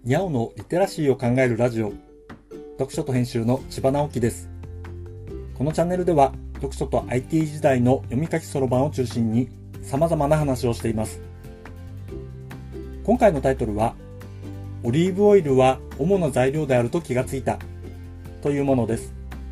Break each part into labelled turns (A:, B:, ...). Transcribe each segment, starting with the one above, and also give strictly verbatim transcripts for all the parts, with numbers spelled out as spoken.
A: にゃおのリテラシーを考えるラジオ、読書と編集の千葉直樹です。このチャンネルでは読書と アイティー 時代の読み書きそろばんを中心に様々な話をしています。今回のタイトルは、オリーブオイルは主な材料であると気がついたというものです。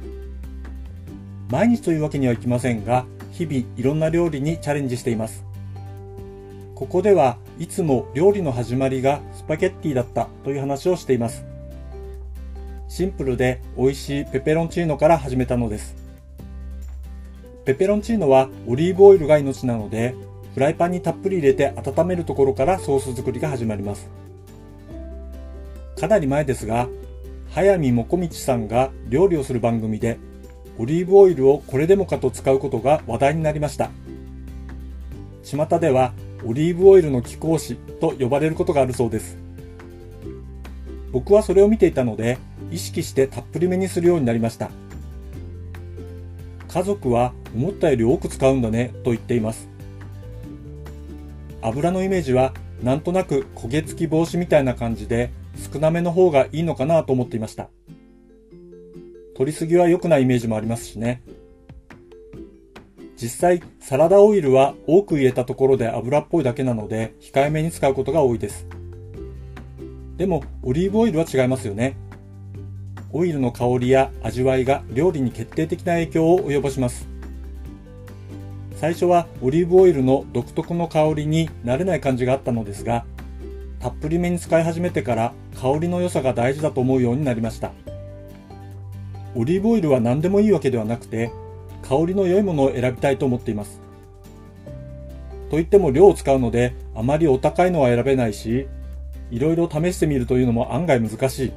A: 毎日というわけにはいきませんが、日々いろんな料理にチャレンジしています。ここではいつも料理の始まりがスパゲッティだったという話をしています。シンプルで美味しいペペロンチーノから始めたのです。ペペロンチーノはオリーブオイルが命なので、フライパンにたっぷり入れて温めるところからソース作りが始まります。かなり前ですが、速水もこみちさんが料理をする番組で、オリーブオイルをこれでもかと使うことが話題になりました。巷ではオリーブオイルの貴公子と呼ばれることがあるそうです。僕はそれを見ていたので、意識してたっぷりめにするようになりました。家族は思ったより多く使うんだねと言っています。油のイメージはなんとなく焦げ付き防止みたいな感じで少なめの方がいいのかなと思っていました。取りすぎは良くないイメージもありますしね。実際サラダオイルは多く入れたところで油っぽいだけなので控えめに使うことが多いです。でもオリーブオイルは違いますよね。オイルの香りや味わいが料理に決定的な影響を及ぼします。最初はオリーブオイルの独特の香りに慣れない感じがあったのですが、たっぷりめに使い始めてから香りの良さが大事だと思うようになりました。オリーブオイルは何でもいいわけではなくて、香りの良いものを選びたいと思っています。といっても量を使うのであまりお高いのは選べないし、いろいろ試してみるというのも案外難しい。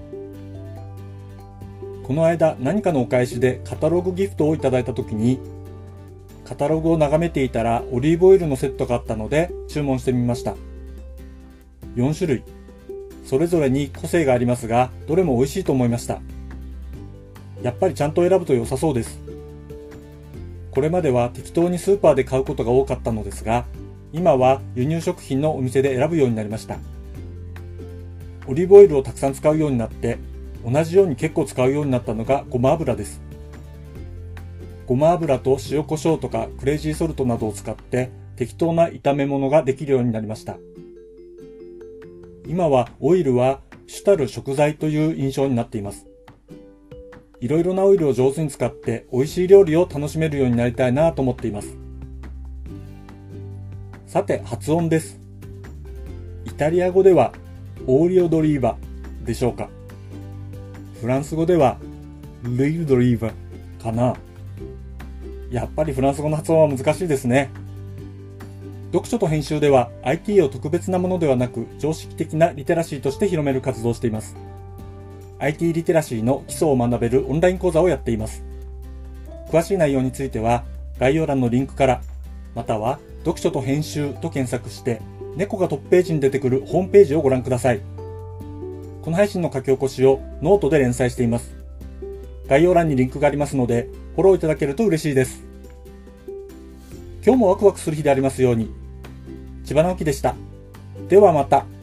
A: この間何かのお返しでカタログギフトをいただいた時に、カタログを眺めていたらオリーブオイルのセットがあったので注文してみました。よんしゅるい。それぞれに個性がありますが、どれも美味しいと思いました。やっぱりちゃんと選ぶと良さそうです。これまでは適当にスーパーで買うことが多かったのですが、今は輸入食品のお店で選ぶようになりました。オリーブオイルをたくさん使うようになって、同じように結構使うようになったのがごま油です。ごま油と塩コショウとかクレイジーソルトなどを使って適当な炒め物ができるようになりました。今はオイルは主たる食材という印象になっています。いろいろなオイルを上手に使って美味しい料理を楽しめるようになりたいなと思っています。さて発音です。イタリア語ではオーリオドリーバでしょうか。フランス語ではルイドリーバかな。やっぱりフランス語の発音は難しいですね。読書と編集では アイティー を特別なものではなく常識的なリテラシーとして広める活動をしています。アイティー リテラシーの基礎を学べるオンライン講座をやっています。詳しい内容については概要欄のリンクから、または読書と編集と検索して猫がトップページに出てくるホームページをご覧ください。この配信の書き起こしをノートで連載しています。概要欄にリンクがありますのでフォローいただけると嬉しいです。今日もワクワクする日でありますように。千葉直樹でした。ではまた。